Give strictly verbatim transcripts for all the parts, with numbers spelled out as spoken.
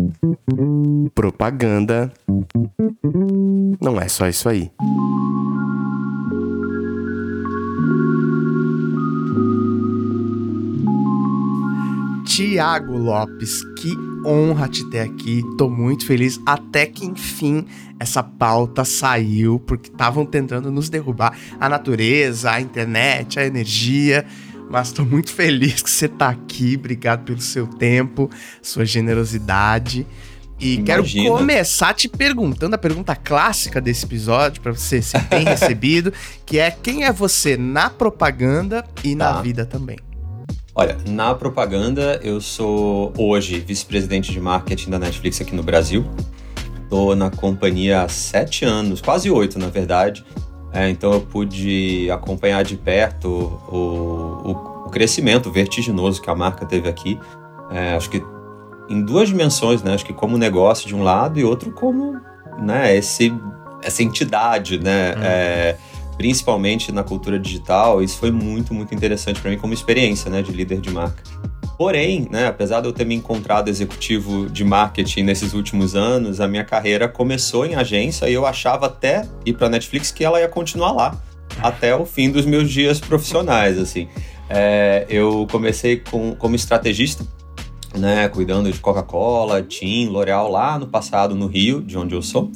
Propaganda não é só isso aí. Tiago Lopes, que honra te ter aqui, tô muito feliz, até que enfim essa pauta saiu, porque estavam tentando nos derrubar a natureza, a internet, a energia, mas tô muito feliz que você tá aqui, obrigado pelo seu tempo, sua generosidade, e Imagina. Quero começar te perguntando a pergunta clássica desse episódio, para você ser bem recebido, que é: quem é você na propaganda e tá. na vida também? Olha, na propaganda eu sou hoje vice-presidente de marketing da Netflix aqui no Brasil. Estou na companhia há sete anos, quase oito na verdade. É, então eu pude acompanhar de perto o, o, o crescimento vertiginoso que a marca teve aqui. É, acho que em duas dimensões, né? Acho que como negócio de um lado e outro como, né, esse, essa entidade, né? Hum. É, principalmente na cultura digital, isso foi muito, muito interessante para mim como experiência, né, de líder de marca. Porém, né, apesar de eu ter me encontrado executivo de marketing nesses últimos anos, a minha carreira começou em agência e eu achava até ir para a Netflix que ela ia continuar lá, até o fim dos meus dias profissionais, assim. É, eu comecei com, como estrategista, né, cuidando de Coca-Cola, Tim, L'Oréal, lá no passado, no Rio, de onde eu sou.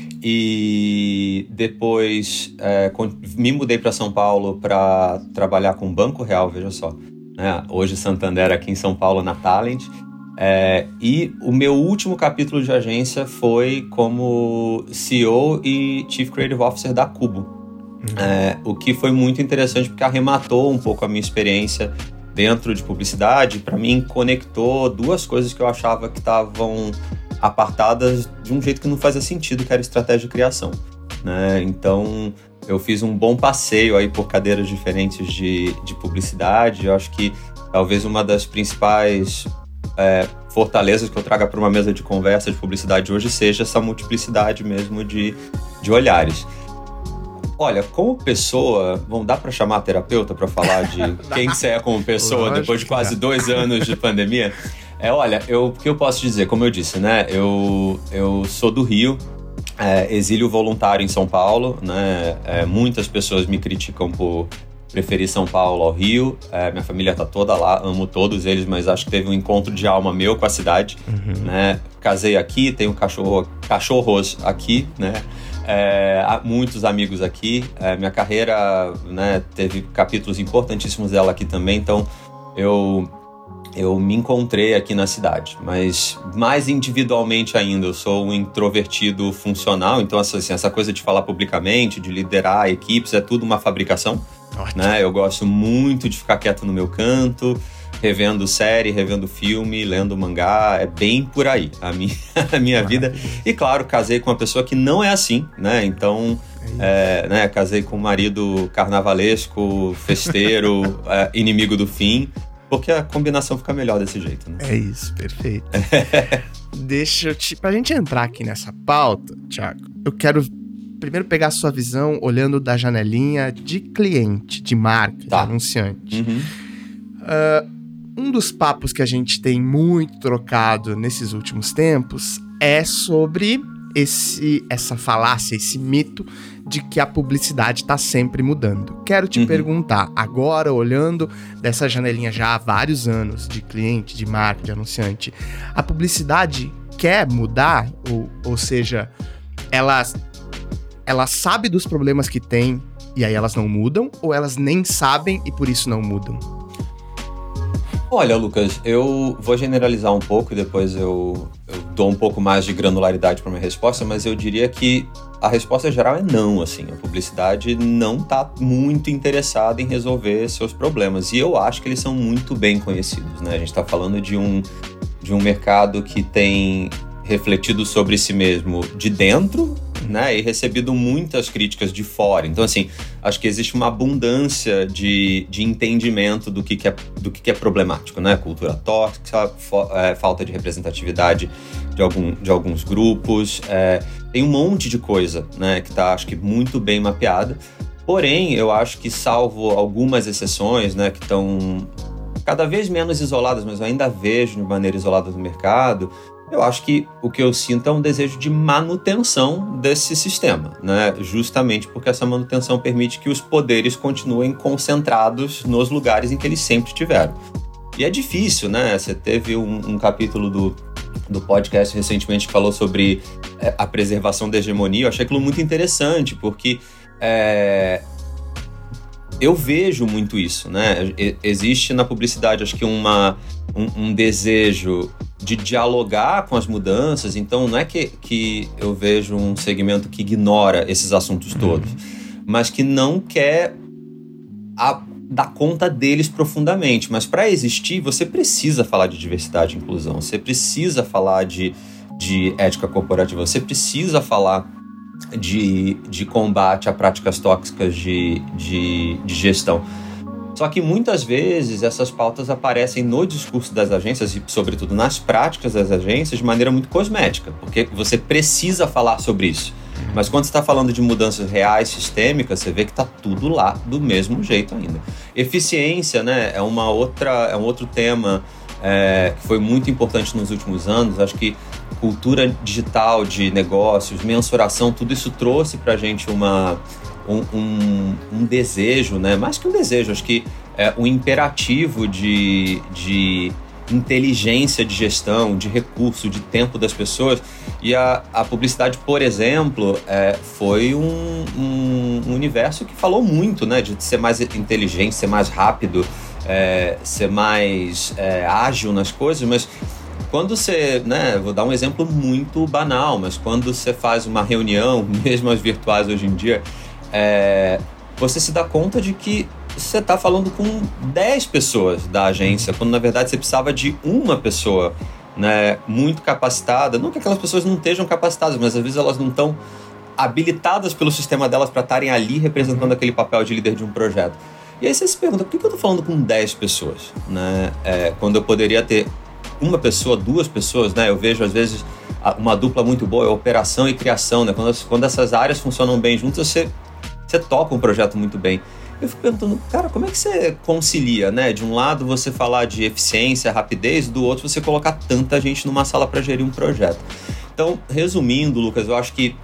E depois é, me mudei para São Paulo para trabalhar com o Banco Real, veja só. Né? Hoje Santander aqui em São Paulo, na Talent. É, e o meu último capítulo de agência foi como C E O e Chief Creative Officer da Cubo. Uhum. É, o que foi muito interessante porque arrematou um pouco a minha experiência dentro de publicidade. Para mim, conectou duas coisas que eu achava que estavam apartadas de um jeito que não fazia sentido, que era estratégia de criação, né? Então, eu fiz um bom passeio aí por cadeiras diferentes de, de publicidade. Eu acho que talvez uma das principais é, fortalezas que eu traga para uma mesa de conversa de publicidade hoje seja essa multiplicidade mesmo de, de olhares. Olha, como pessoa, vamos dar para chamar a terapeuta para falar de quem você é como pessoa Lógico, depois de quase dois anos de pandemia? É, olha, eu, o que eu posso dizer, como eu disse, né, eu, eu sou do Rio, é, exílio voluntário em São Paulo, né, é, muitas pessoas me criticam por preferir São Paulo ao Rio, é, minha família tá toda lá, amo todos eles, mas acho que teve um encontro de alma meu com a cidade, uhum. né, casei aqui, tenho cachorro, cachorros aqui, né, é, há muitos amigos aqui, é, minha carreira, né, teve capítulos importantíssimos dela aqui também, então eu... Eu me encontrei aqui na cidade, mas mais individualmente ainda, eu sou um introvertido funcional, então assim, essa coisa de falar publicamente, de liderar equipes, é tudo uma fabricação, né? Eu gosto muito de ficar quieto no meu canto, revendo série, revendo filme, lendo mangá, é bem por aí a minha, a minha vida. E claro, casei com uma pessoa que não é assim, né? Então, é, né, casei com um marido carnavalesco, festeiro, é, inimigo do fim. Porque a combinação fica melhor desse jeito, né? É isso, perfeito. Deixa eu te... Pra gente entrar aqui nessa pauta, Thiago, eu quero primeiro pegar a sua visão olhando da janelinha de cliente, de marca, tá. de anunciante. Uhum. Uh, um dos papos que a gente tem muito trocado nesses últimos tempos é sobre esse, essa falácia, esse mito de que a publicidade está sempre mudando. Quero te uhum. perguntar, agora olhando dessa janelinha já há vários anos de cliente, de marca, de anunciante, a publicidade quer mudar? Ou, ou seja, ela, ela sabe dos problemas que tem e aí elas não mudam? Ou elas nem sabem e por isso não mudam? Olha, Lucas, eu vou generalizar um pouco e depois eu, eu dou um pouco mais de granularidade para minha resposta, mas eu diria que a resposta geral é não, assim. A publicidade não está muito interessada em resolver seus problemas. E eu acho que eles são muito bem conhecidos, né? A gente está falando de um, de um mercado que tem refletido sobre si mesmo de dentro, né, e recebido muitas críticas de fora. Então, assim, acho que existe uma abundância de, de entendimento do que, que, é, do que, que é problemático, né? Cultura tóxica, fo, é, falta de representatividade de, algum, de alguns grupos. É, tem um monte de coisa, né, que está, acho que, muito bem mapeada. Porém, eu acho que, salvo algumas exceções, né, que estão cada vez menos isoladas, mas eu ainda vejo de maneira isolada no mercado, Eu acho que o que eu sinto é um desejo de manutenção desse sistema, né? Justamente porque essa manutenção permite que os poderes continuem concentrados nos lugares em que eles sempre estiveram. E é difícil, né? Você teve um, um capítulo do, do podcast recentemente que falou sobre é, a preservação da hegemonia. Eu achei aquilo muito interessante, porque é, eu vejo muito isso, né? Existe na publicidade, acho que uma, um, um desejo de dialogar com as mudanças. Então, não é que, que eu vejo um segmento que ignora esses assuntos todos, mas que não quer a, dar conta deles profundamente. Mas para existir, você precisa falar de diversidade e inclusão, você precisa falar de, de ética corporativa, você precisa falar de, de combate a práticas tóxicas de, de, de gestão. Só que muitas vezes essas pautas aparecem no discurso das agências e, sobretudo, nas práticas das agências de maneira muito cosmética, porque você precisa falar sobre isso. Mas quando você está falando de mudanças reais, sistêmicas, você vê que está tudo lá do mesmo jeito ainda. Eficiência, né, é, uma outra, é um outro tema é, que foi muito importante nos últimos anos. Acho que cultura digital de negócios, mensuração, tudo isso trouxe para a gente uma... Um, um, um desejo, né? Mais que um desejo, acho que é um imperativo de, de inteligência de gestão, de recurso, de tempo das pessoas. E a, a publicidade, por exemplo, é, foi um, um, um universo que falou muito, né? De ser mais inteligente, ser mais rápido, é, ser mais é, ágil nas coisas, mas quando você, né, vou dar um exemplo muito banal, mas quando você faz uma reunião, mesmo as virtuais hoje em dia, É, você se dá conta de que você está falando com dez pessoas da agência, quando na verdade você precisava de uma pessoa, né, muito capacitada. Não que aquelas pessoas não estejam capacitadas, mas às vezes elas não estão habilitadas pelo sistema delas para estarem ali representando aquele papel de líder de um projeto. E aí você se pergunta, por que eu estou falando com dez pessoas? Né? É, quando eu poderia ter uma pessoa, duas pessoas, né? Eu vejo às vezes uma dupla muito boa, é operação e criação, né? Quando, quando essas áreas funcionam bem juntas, você Você toca um projeto muito bem. Eu fico perguntando, cara, como é que você concilia, né? De um lado você falar de eficiência, rapidez, do outro você colocar tanta gente numa sala para gerir um projeto. Então, resumindo, Lucas, eu acho que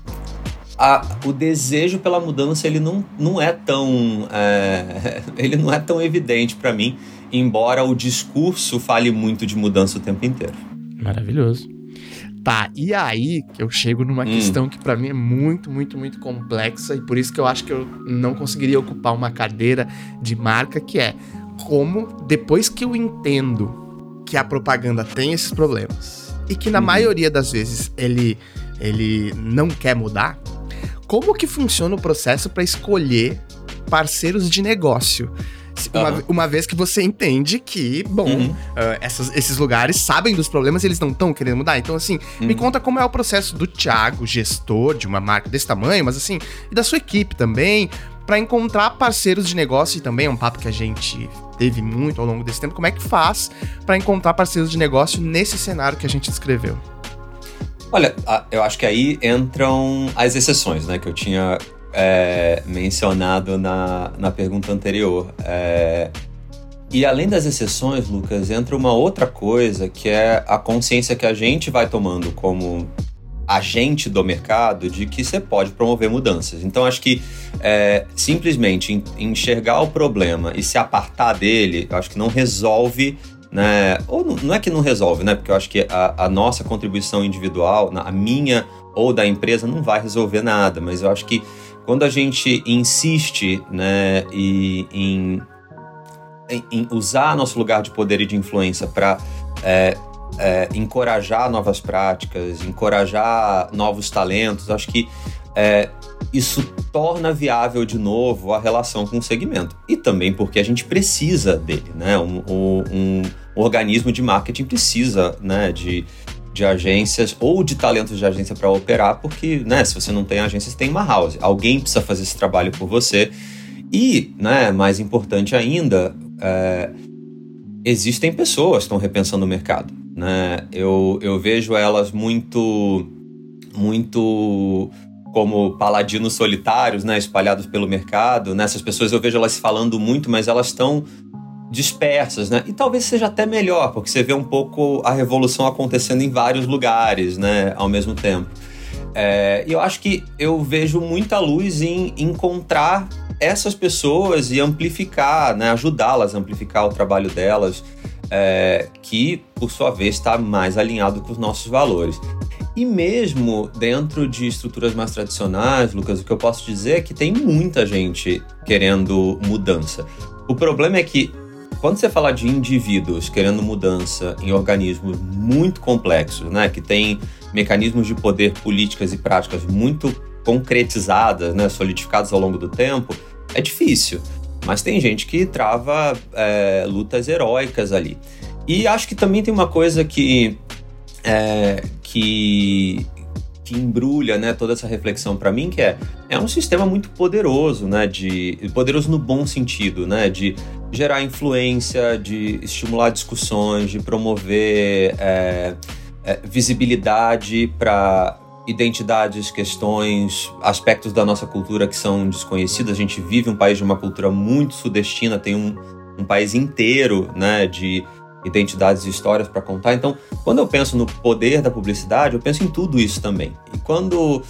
a, o desejo pela mudança ele não, não é tão é, ele não é tão evidente para mim, embora o discurso fale muito de mudança o tempo inteiro. Maravilhoso. Tá, e aí que eu chego numa hum. questão que pra mim é muito, muito, muito complexa, e por isso que eu acho que eu não conseguiria ocupar uma cadeira de marca, que é como, depois que eu entendo que a propaganda tem esses problemas, e que na hum. maioria das vezes ele, ele não quer mudar, como que funciona o processo pra escolher parceiros de negócio? Uma, uhum. uma vez que você entende que, bom, uhum. uh, essas, esses lugares sabem dos problemas e eles não estão querendo mudar. Então, assim, uhum. me conta como é o processo do Thiago, gestor de uma marca desse tamanho, mas assim, e da sua equipe também, para encontrar parceiros de negócio, e também é um papo que a gente teve muito ao longo desse tempo. Como é que faz para encontrar parceiros de negócio nesse cenário que a gente descreveu? Olha, eu acho que aí entram as exceções, né, que eu tinha... É, mencionado na, na pergunta anterior. É, e além das exceções, Lucas, entra uma outra coisa que é a consciência que a gente vai tomando como agente do mercado de que você pode promover mudanças. Então, acho que é, simplesmente enxergar o problema e se apartar dele, eu acho que não resolve, né? Ou não, não é que não resolve, né? Porque eu acho que a, a nossa contribuição individual, a minha ou da empresa, não vai resolver nada, mas eu acho que quando a gente insiste, né, e, em, em usar nosso lugar de poder e de influência para é, é, encorajar novas práticas, encorajar novos talentos, acho que é, isso torna viável de novo a relação com o segmento. E também porque a gente precisa dele, né? Um, um, um organismo de marketing precisa, né, de... de agências ou de talentos de agência para operar, porque, né, se você não tem agência, você tem uma house. Alguém precisa fazer esse trabalho por você. E, né, mais importante ainda, é, existem pessoas que estão repensando o mercado. Né? Eu, eu vejo elas muito, muito como paladinos solitários, né, espalhados pelo mercado. Né? Essas pessoas eu vejo elas falando muito, mas elas estão dispersas, né? E talvez seja até melhor, porque você vê um pouco a revolução acontecendo em vários lugares, né, ao mesmo tempo. É, e eu acho que eu vejo muita luz em encontrar essas pessoas e amplificar, né, ajudá-las a amplificar o trabalho delas, é, que, por sua vez, está mais alinhado com os nossos valores. E mesmo dentro de estruturas mais tradicionais, Lucas, o que eu posso dizer é que tem muita gente querendo mudança. O problema é que, quando você fala de indivíduos querendo mudança em organismos muito complexos, né, que têm mecanismos de poder, políticas e práticas muito concretizadas, né, solidificadas ao longo do tempo, é difícil. Mas tem gente que trava é, lutas heróicas ali. E acho que também tem uma coisa que, é, que, que embrulha, né, toda essa reflexão para mim, que é, é um sistema muito poderoso, né, de, poderoso no bom sentido, né, de gerar influência, de estimular discussões, de promover é, é, visibilidade para identidades, questões, aspectos da nossa cultura que são desconhecidos. A gente vive um país de uma cultura muito sudestina, tem um, um país inteiro, né, de identidades e histórias para contar. Então, quando eu penso no poder da publicidade, eu penso em tudo isso também. E quando,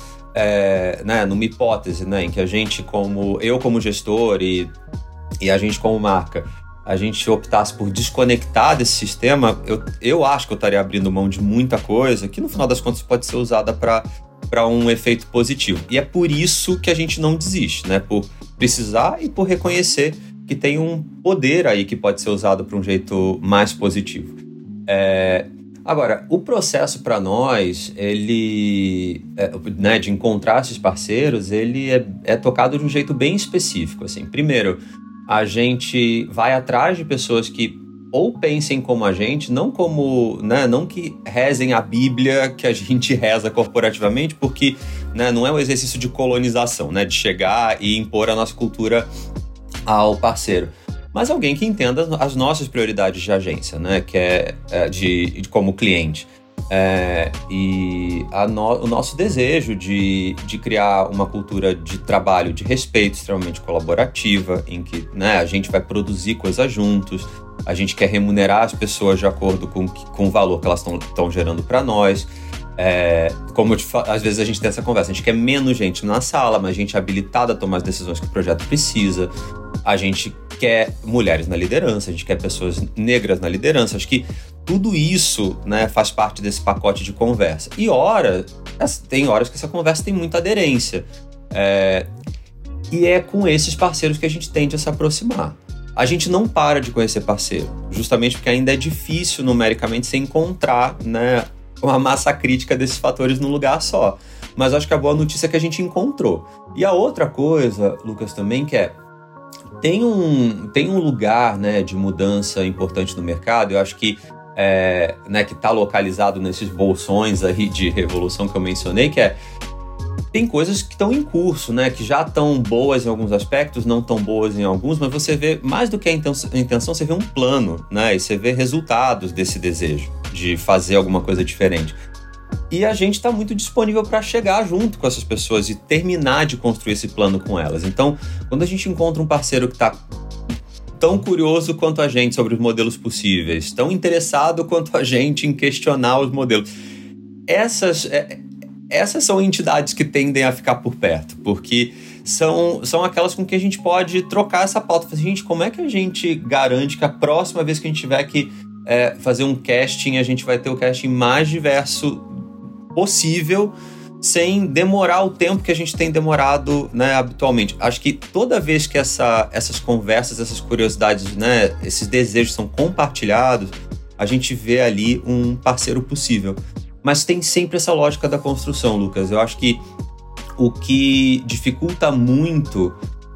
é, né, numa hipótese, né, em que a gente, como eu como gestor e, e a gente como marca, a gente optasse por desconectar desse sistema, eu, eu acho que eu estaria abrindo mão de muita coisa que, no final das contas, pode ser usada para um efeito positivo. E é por isso que a gente não desiste, né? Por precisar e por reconhecer que tem um poder aí que pode ser usado para um jeito mais positivo. É... Agora, o processo para nós, ele, é, né, de encontrar esses parceiros, ele é, é tocado de um jeito bem específico, assim. Primeiro, a gente vai atrás de pessoas que ou pensem como a gente, não como, né, não que rezem a Bíblia que a gente reza corporativamente, porque, né, não é um exercício de colonização, né, de chegar e impor a nossa cultura ao parceiro, mas alguém que entenda as nossas prioridades de agência, né, que é, é de, de como cliente. É, e a no, o nosso desejo de, de criar uma cultura de trabalho de respeito extremamente colaborativa, em que, né, a gente vai produzir coisas juntos, a gente quer remunerar as pessoas de acordo com, com o valor que elas estão gerando para nós. É, como eu te falo, às vezes a gente tem essa conversa, a gente quer menos gente na sala, mas gente habilitada a tomar as decisões que o projeto precisa. A gente quer mulheres na liderança, a gente quer pessoas negras na liderança. Acho que tudo isso, né, faz parte desse pacote de conversa. E hora, tem horas que essa conversa tem muita aderência. É, e é com esses parceiros que a gente tende a se aproximar. A gente não para de conhecer parceiro, justamente porque ainda é difícil numericamente se encontrar, né, uma massa crítica desses fatores num lugar só. Mas acho que a boa notícia é que a gente encontrou. E a outra coisa, Lucas, também, que é Tem um, tem um lugar, né, de mudança importante no mercado. Eu acho que É, né, que está localizado nesses bolsões aí de revolução que eu mencionei, que é, tem coisas que estão em curso, né, que já estão boas em alguns aspectos, não tão boas em alguns, mas você vê, mais do que a intenção, a intenção, você vê um plano, né, e você vê resultados desse desejo de fazer alguma coisa diferente. E a gente está muito disponível para chegar junto com essas pessoas e terminar de construir esse plano com elas. Então, quando a gente encontra um parceiro que está tão curioso quanto a gente sobre os modelos possíveis, tão interessado quanto a gente em questionar os modelos. Essas, é, essas são entidades que tendem a ficar por perto, porque são, são aquelas com que a gente pode trocar essa pauta. Gente, como é que a gente garante que a próxima vez que a gente tiver que é, fazer um casting, a gente vai ter o casting mais diverso possível, sem demorar o tempo que a gente tem demorado, né, habitualmente. Acho que toda vez que essa, essas conversas, essas curiosidades, né, esses desejos são compartilhados, a gente vê ali um parceiro possível. Mas tem sempre essa lógica da construção, Lucas. Eu acho que o que dificulta muito,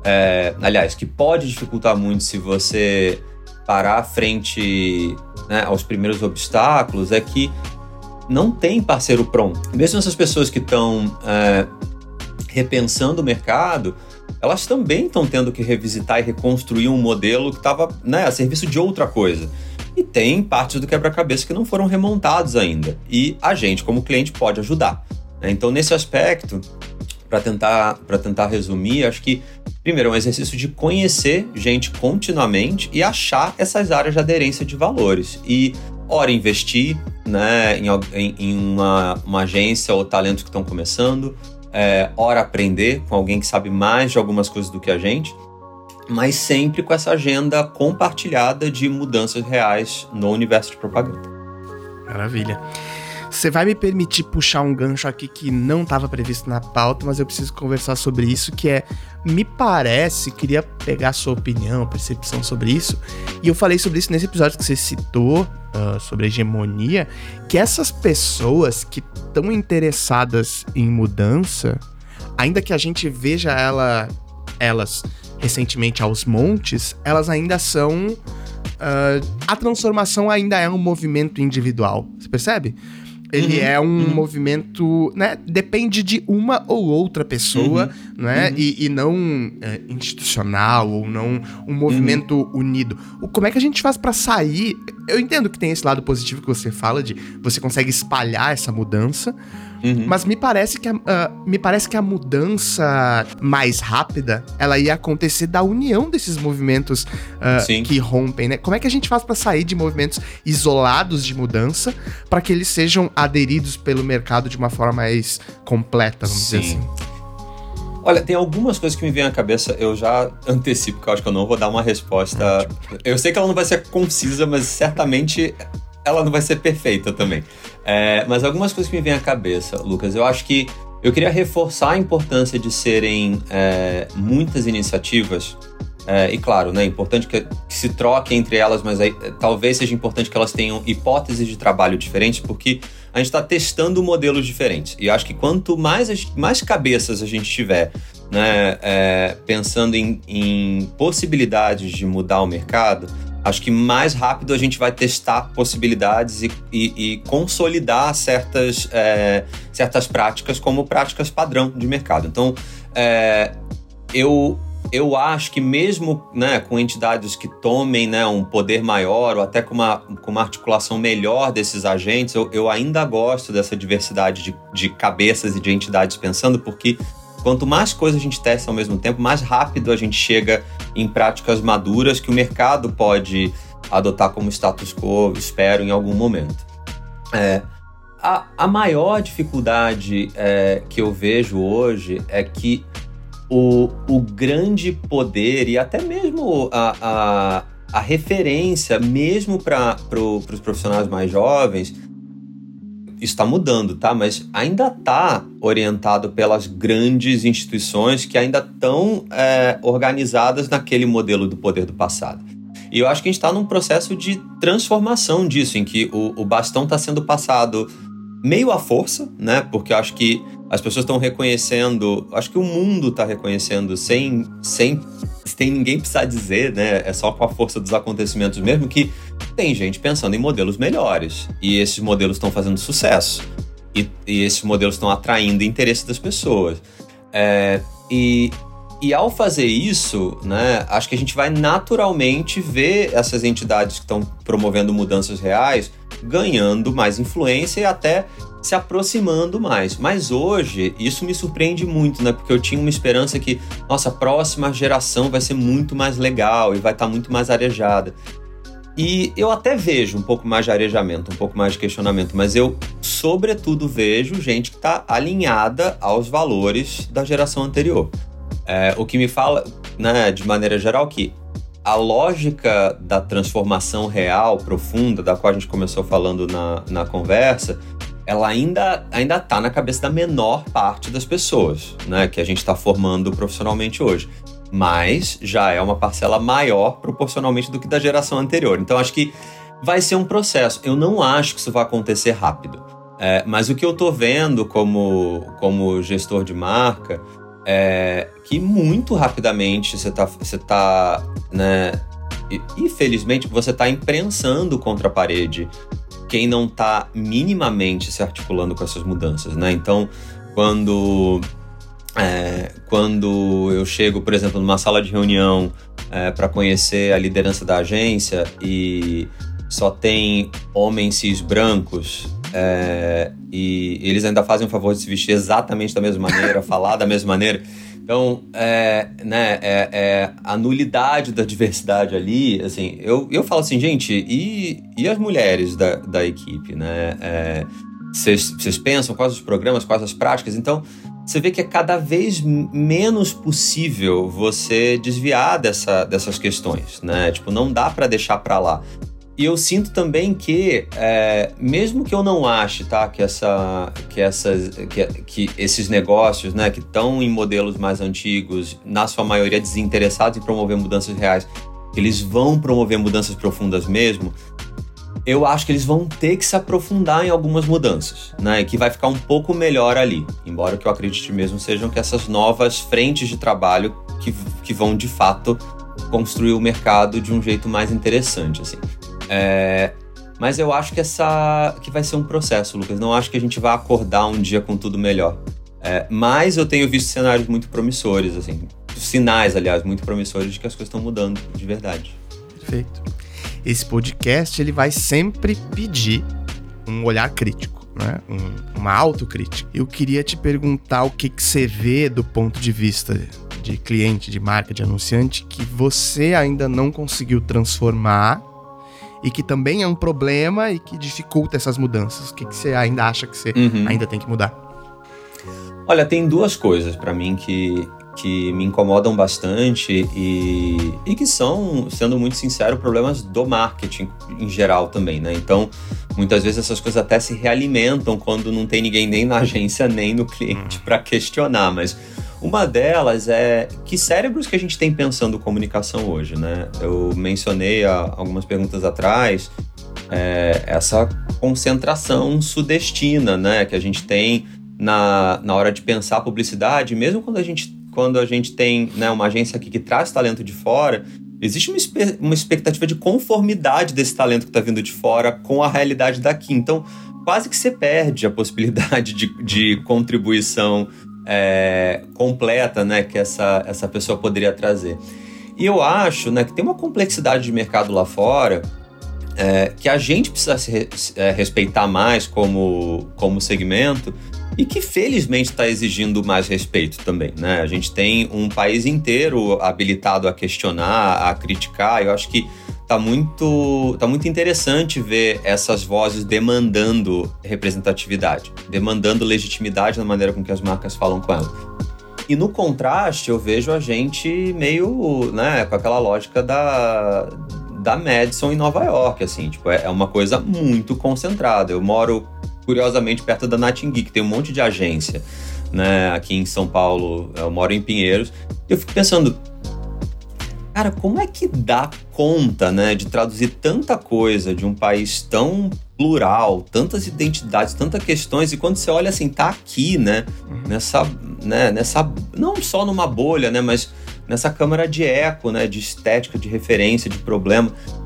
é, aliás, que pode dificultar muito se você parar frente, né, aos primeiros obstáculos, é que não tem parceiro pronto. Mesmo essas pessoas que estão é, repensando o mercado, elas também estão tendo que revisitar e reconstruir um modelo que estava, né, a serviço de outra coisa. E tem partes do quebra-cabeça que não foram remontados ainda. E a gente, como cliente, pode ajudar. Então, nesse aspecto, para tentar, para tentar resumir, acho que, primeiro, é um exercício de conhecer gente continuamente e achar essas áreas de aderência de valores. E, ora, investir, né, em, em, em uma, uma agência ou talentos que estão começando, é, ora, aprender com alguém que sabe mais de algumas coisas do que a gente, mas sempre com essa agenda compartilhada de mudanças reais no universo de propaganda. Maravilha. Você vai me permitir puxar um gancho aqui que não estava previsto na pauta, mas eu preciso conversar sobre isso, que é, me parece, queria pegar a sua opinião, percepção sobre isso, e eu falei sobre isso nesse episódio que você citou, uh, sobre a hegemonia, que essas pessoas que estão interessadas em mudança, ainda que a gente veja ela, elas recentemente aos montes, elas ainda são... Uh, a transformação ainda é um movimento individual, você percebe? Ele uhum, é um uhum. movimento, né? Depende de uma ou outra pessoa, uhum, né? Uhum. E, e não é, institucional ou não um movimento uhum. unido. O, como é que a gente faz pra sair? Eu entendo que tem esse lado positivo que você fala, de você consegue espalhar essa mudança, uhum. mas me parece, que a, uh, me parece que a mudança mais rápida, ela ia acontecer da união desses movimentos uh, que rompem, né? Como é que a gente faz pra sair de movimentos isolados de mudança para que eles sejam aderidos pelo mercado de uma forma mais completa, vamos Sim. dizer assim? Olha, tem algumas coisas que me vêm à cabeça, eu já antecipo, porque eu acho que eu não vou dar uma resposta... Eu sei que ela não vai ser concisa, mas certamente ela não vai ser perfeita também. É, mas algumas coisas que me vêm à cabeça, Lucas, eu acho que eu queria reforçar a importância de serem é, muitas iniciativas, é, e claro, né, é importante que, que se troque entre elas, mas aí, talvez seja importante que elas tenham hipóteses de trabalho diferentes, porque a gente está testando modelos diferentes. E acho que quanto mais, mais cabeças a gente tiver, né, é, pensando em, em possibilidades de mudar o mercado, acho que mais rápido a gente vai testar possibilidades e, e, e consolidar certas, é, certas práticas como práticas padrão de mercado. Então, é, eu... Eu acho que mesmo, né, com entidades que tomem, né, um poder maior ou até com uma, com uma articulação melhor desses agentes, eu, eu ainda gosto dessa diversidade de, de cabeças e de entidades pensando, porque quanto mais coisas a gente testa ao mesmo tempo, mais rápido a gente chega em práticas maduras que o mercado pode adotar como status quo, espero, em algum momento. É, a, a maior dificuldade é, que eu vejo hoje é que O, o grande poder e até mesmo a, a, a referência, mesmo para pro, os profissionais mais jovens, está mudando, tá? Mas ainda está orientado pelas grandes instituições que ainda estão é, organizadas naquele modelo do poder do passado. E eu acho que a gente está num processo de transformação disso, em que o, o bastão está sendo passado meio à força, né? Porque eu acho que as pessoas estão reconhecendo, acho que o mundo está reconhecendo sem, sem, sem ninguém precisar dizer, né? É só com a força dos acontecimentos mesmo, que tem gente pensando em modelos melhores. E esses modelos estão fazendo sucesso. E, e esses modelos estão atraindo interesse das pessoas. É, e, e ao fazer isso, né? Acho que a gente vai naturalmente ver essas entidades que estão promovendo mudanças reais ganhando mais influência e até se aproximando mais. Mas hoje, isso me surpreende muito, né? Porque eu tinha uma esperança que, nossa, a próxima geração vai ser muito mais legal e vai estar muito mais arejada. E eu até vejo um pouco mais de arejamento, um pouco mais de questionamento, mas eu, sobretudo, vejo gente que está alinhada aos valores da geração anterior. É, o que me fala, né, de maneira geral, que a lógica da transformação real, profunda, da qual a gente começou falando na, na conversa, ela ainda ainda está na cabeça da menor parte das pessoas, né, que a gente está formando profissionalmente hoje. Mas já é uma parcela maior proporcionalmente do que da geração anterior. Então, acho que vai ser um processo. Eu não acho que isso vai acontecer rápido. É, mas o que eu estou vendo como, como gestor de marca é que muito rapidamente você está, você tá, né, infelizmente, você está imprensando contra a parede quem não está minimamente se articulando com essas mudanças, né? Então, quando, é, quando eu chego, por exemplo, numa sala de reunião é, para conhecer a liderança da agência e só tem homens cis brancos, É, e eles ainda fazem o favor de se vestir exatamente da mesma maneira, falar da mesma maneira. Então, é, né, é, é, a nulidade da diversidade ali, assim, eu, eu falo assim, gente, e, e as mulheres da, da equipe, né? Vocês é, pensam quais os programas, quais as práticas? Então, você vê que é cada vez menos possível você desviar dessa, dessas questões, né? Tipo, não dá para deixar para lá. E eu sinto também que, é, mesmo que eu não ache, tá, que, essa, que, essas, que, que esses negócios, né, que estão em modelos mais antigos, na sua maioria desinteressados em promover mudanças reais, eles vão promover mudanças profundas mesmo, eu acho que eles vão ter que se aprofundar em algumas mudanças, né, e que vai ficar um pouco melhor ali, embora o que eu acredite mesmo sejam que essas novas frentes de trabalho que, que vão, de fato, construir o mercado de um jeito mais interessante, assim. É, mas eu acho que, essa, que vai ser um processo, Lucas. Não acho que a gente vai acordar um dia com tudo melhor. É, mas eu tenho visto cenários muito promissores, assim, sinais, aliás, muito promissores de que as coisas estão mudando de verdade. Perfeito. Esse podcast ele vai sempre pedir um olhar crítico, né? um, uma autocrítica. Eu queria te perguntar o que, que você vê do ponto de vista de cliente, de marca, de anunciante, que você ainda não conseguiu transformar e que também é um problema e que dificulta essas mudanças. O que, que você ainda acha que você uhum. ainda tem que mudar? Olha, tem duas coisas para mim que, que me incomodam bastante e, e que são, sendo muito sincero, problemas do marketing em geral também, né? Então, muitas vezes essas coisas até se realimentam quando não tem ninguém nem na agência nem no cliente para questionar, mas uma delas é que cérebros que a gente tem pensando comunicação hoje, né? Eu mencionei há algumas perguntas atrás é, essa concentração sudestina, né? Que a gente tem na, na hora de pensar a publicidade, mesmo quando a gente, quando a gente tem, né, uma agência aqui que traz talento de fora, existe uma, uma expectativa de conformidade desse talento que está vindo de fora com a realidade daqui. Então, quase que você perde a possibilidade de, de contribuição É, completa, né, que essa, essa pessoa poderia trazer. E eu acho, né, que tem uma complexidade de mercado lá fora é, que a gente precisa se, é, respeitar mais como, como segmento e que felizmente está exigindo mais respeito também, né? A gente tem um país inteiro habilitado a questionar, a criticar. Eu acho que Tá muito, tá muito interessante ver essas vozes demandando representatividade, demandando legitimidade na maneira com que as marcas falam com ela. E no contraste, eu vejo a gente meio, né, com aquela lógica da, da Madison em Nova York, assim, tipo, é uma coisa muito concentrada. Eu moro, curiosamente, perto da Natingui, que tem um monte de agência, né, aqui em São Paulo. Eu moro em Pinheiros, e eu fico pensando, cara, como é que dá conta, né, de traduzir tanta coisa de um país tão plural, tantas identidades, tantas questões, e quando você olha assim, tá aqui, né, nessa, né, nessa, não só numa bolha, né, mas nessa câmara de eco, né, de estética, de referência, de problema.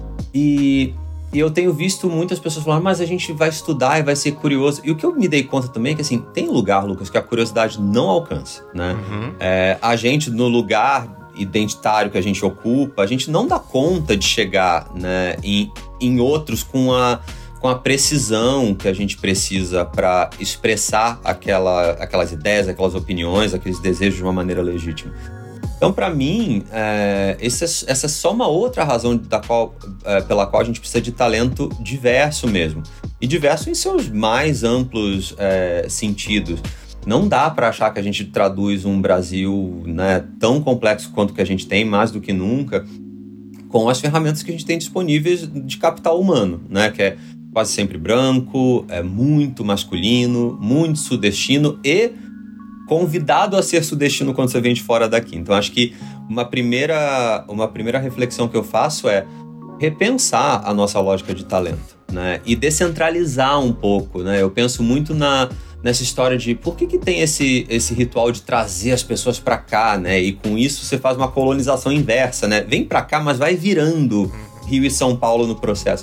E, e eu tenho visto muitas pessoas falando, mas a gente vai estudar e vai ser curioso. E o que eu me dei conta também é que, assim, tem lugar, Lucas, que a curiosidade não alcança, né? Uhum. É, a gente, no lugar identitário que a gente ocupa, a gente não dá conta de chegar, né, em, em outros com a, com a precisão que a gente precisa para expressar aquela, aquelas ideias, aquelas opiniões, aqueles desejos de uma maneira legítima. Então, para mim, é, essa, essa é só uma outra razão da qual, é, pela qual a gente precisa de talento diverso mesmo. E diverso em seus mais amplos é, sentidos. Não dá para achar que a gente traduz um Brasil, né, tão complexo quanto que a gente tem, mais do que nunca, com as ferramentas que a gente tem disponíveis de capital humano, né, que é quase sempre branco, é muito masculino, muito sudestino e convidado a ser sudestino quando você vem de fora daqui. Então, acho que uma primeira, uma primeira reflexão que eu faço é repensar a nossa lógica de talento, né, e descentralizar um pouco, né. Eu penso muito na nessa história de por que que tem esse, esse ritual de trazer as pessoas para cá, né? E com isso você faz uma colonização inversa, né? Vem para cá, mas vai virando Rio e São Paulo no processo.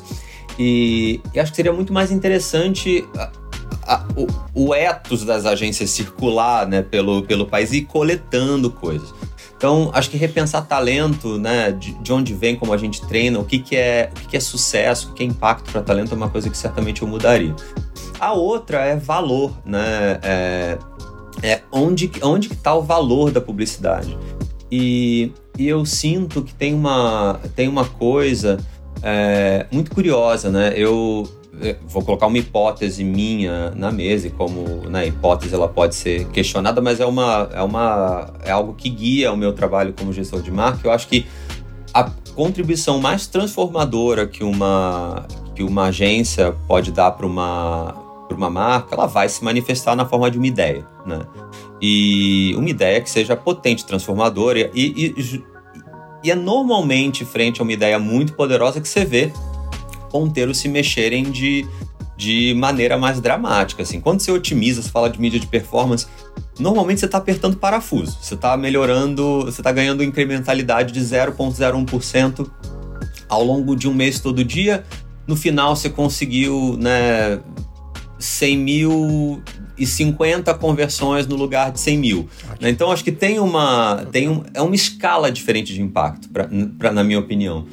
E, e acho que seria muito mais interessante a, a, o, o ethos das agências circular, né, pelo, pelo país e ir coletando coisas. Então, acho que repensar talento, né, de, de onde vem, como a gente treina, o que, que, é, o que, que é sucesso, o que, que é impacto para talento é uma coisa que certamente eu mudaria. A outra é valor, né? É, é onde, onde que está o valor da publicidade. E, e eu sinto que tem uma, tem uma coisa é, muito curiosa, né? Eu, eu vou colocar uma hipótese minha na mesa, e como na hipótese ela pode ser questionada, mas é, uma, é, uma, é algo que guia o meu trabalho como gestor de marca. Eu acho que a contribuição mais transformadora que uma, que uma agência pode dar para uma, para uma marca, ela vai se manifestar na forma de uma ideia, né? E uma ideia que seja potente, transformadora, e, e, e é normalmente frente a uma ideia muito poderosa que você vê ponteiros se mexerem de, de maneira mais dramática. Assim. Quando você otimiza, você fala de mídia de performance, normalmente você está apertando parafuso, você está melhorando, você está ganhando incrementalidade de zero vírgula zero um por cento ao longo de um mês todo dia. No final você conseguiu, né, cem mil e cinquenta conversões no lugar de cem mil. Né? Então acho que tem uma, tem um, é uma escala diferente de impacto, pra, pra, na minha opinião.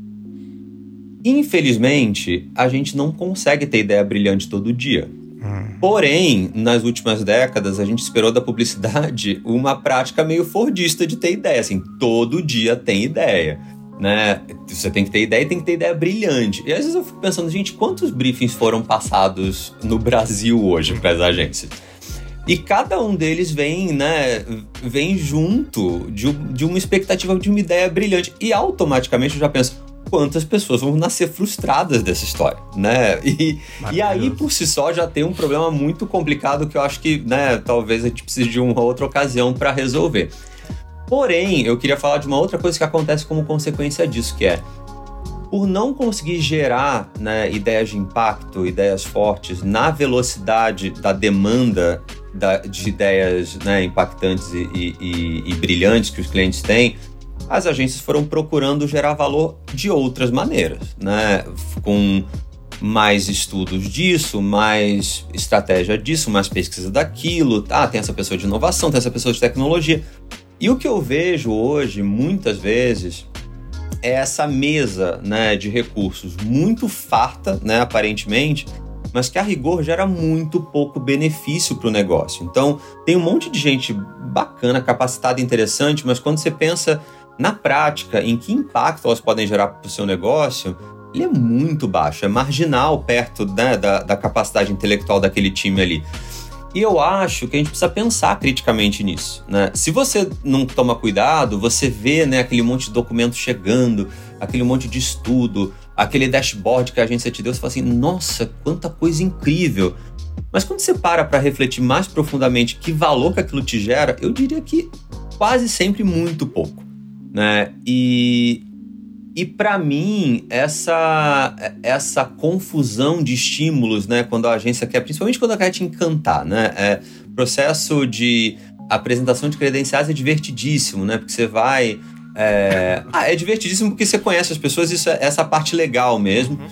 Infelizmente, a gente não consegue ter ideia brilhante todo dia. Porém, nas últimas décadas, a gente esperou da publicidade uma prática meio fordista de ter ideia. Assim, todo dia tem ideia, né? Você tem que ter ideia e tem que ter ideia brilhante. E às vezes eu fico pensando, gente, quantos briefings foram passados no Brasil hoje para as agências? E cada um deles vem, né, vem junto de, de uma expectativa de uma ideia brilhante. E automaticamente eu já penso, quantas pessoas vão nascer frustradas dessa história, né? E, e aí, por si só, já tem um problema muito complicado que eu acho que, né, talvez a gente precise de uma outra ocasião para resolver. Porém, eu queria falar de uma outra coisa que acontece como consequência disso, que é, por não conseguir gerar, né, ideias de impacto, ideias fortes, na velocidade da demanda da, de ideias, né, impactantes e, e, e brilhantes que os clientes têm, as agências foram procurando gerar valor de outras maneiras, né? Com mais estudos disso, mais estratégia disso, mais pesquisa daquilo. Ah, tem essa pessoa de inovação, tem essa pessoa de tecnologia. E o que eu vejo hoje, muitas vezes, é essa mesa, né, de recursos muito farta, né, aparentemente, mas que a rigor gera muito pouco benefício para o negócio. Então, tem um monte de gente bacana, capacitada, interessante, mas quando você pensa na prática, em que impacto elas podem gerar para o seu negócio, ele é muito baixo, é marginal perto, né, da, da capacidade intelectual daquele time ali. E eu acho que a gente precisa pensar criticamente nisso, né? Se você não toma cuidado, você vê, né, aquele monte de documento chegando, aquele monte de estudo, aquele dashboard que a agência te deu, você fala assim, nossa, quanta coisa incrível. Mas quando você para para refletir mais profundamente que valor que aquilo te gera, eu diria que quase sempre muito pouco. Né? E, e para mim, essa, essa confusão de estímulos, né, quando a agência quer, principalmente quando ela quer te encantar, né, é, processo de apresentação de credenciais é divertidíssimo, né, porque você vai... É, ah, é divertidíssimo porque você conhece as pessoas, isso é essa parte legal mesmo, uhum.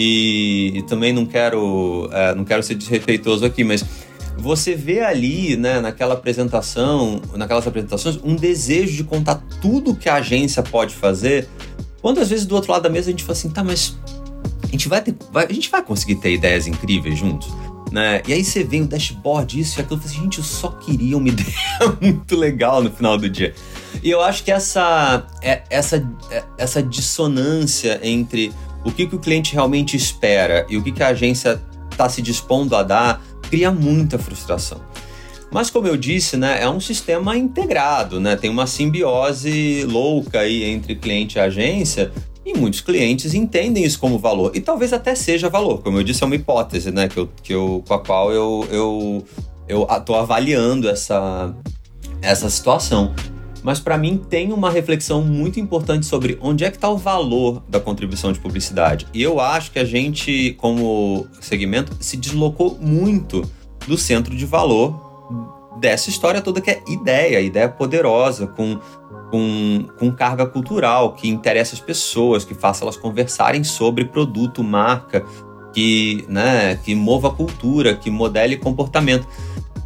e, e também não quero, é, não quero ser desrespeitoso aqui, mas... Você vê ali, né, naquela apresentação, naquelas apresentações, um desejo de contar tudo que a agência pode fazer, quando às vezes do outro lado da mesa a gente fala assim, tá, mas a gente vai, ter, vai, a gente vai conseguir ter ideias incríveis juntos, né? E aí você vem o dashboard, isso e aquilo, e fala assim, gente, eu só queria uma ideia muito legal no final do dia. E eu acho que essa, essa, essa dissonância entre o que, que o cliente realmente espera e o que, que a agência está se dispondo a dar, cria muita frustração. Mas, como eu disse, né, é um sistema integrado, né? Tem uma simbiose louca aí entre cliente e agência, e muitos clientes entendem isso como valor. E talvez até seja valor. Como eu disse, é uma hipótese, né, que eu, que eu, com a qual eu eu eu estou avaliando essa, essa situação. Mas, para mim, tem uma reflexão muito importante sobre onde é que está o valor da contribuição de publicidade. E eu acho que a gente, como segmento, se deslocou muito do centro de valor dessa história toda, que é ideia, ideia poderosa, com, com, com carga cultural, que interessa as pessoas, que faça elas conversarem sobre produto, marca, que, né, que mova a cultura, que modele comportamento.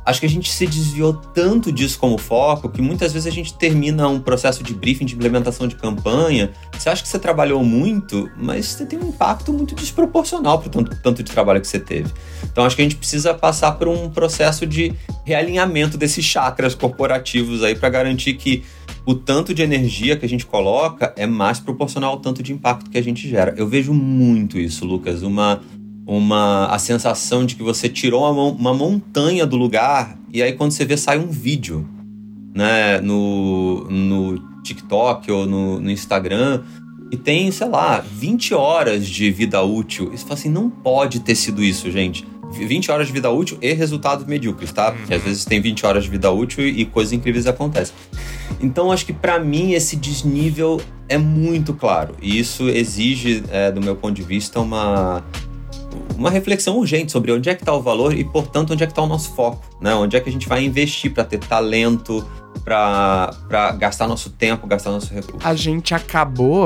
acho que a gente se desviou tanto disso como foco que muitas vezes a gente termina um processo de briefing, de implementação de campanha. Você acha que você trabalhou muito, mas você tem um impacto muito desproporcional para o tanto, tanto de trabalho que você teve. Então, acho que a gente precisa passar por um processo de realinhamento desses chakras corporativos aí para garantir que o tanto de energia que a gente coloca é mais proporcional ao tanto de impacto que a gente gera. Eu vejo muito isso, Lucas, uma... Uma, a sensação de que você tirou uma, uma montanha do lugar e aí quando você vê sai um vídeo, né, no, no TikTok ou no, no Instagram e tem, sei lá, vinte horas de vida útil. E você fala assim, não pode ter sido isso, gente. vinte horas de vida útil e resultados medíocres, tá? Porque às vezes tem vinte horas de vida útil e coisas incríveis acontecem. Então, acho que pra mim esse desnível é muito claro. E isso exige, é, do meu ponto de vista, uma... uma reflexão urgente sobre onde é que está o valor e, portanto, onde é que está o nosso foco, né? Onde é que a gente vai investir para ter talento, para gastar nosso tempo, gastar nosso recurso. A gente acabou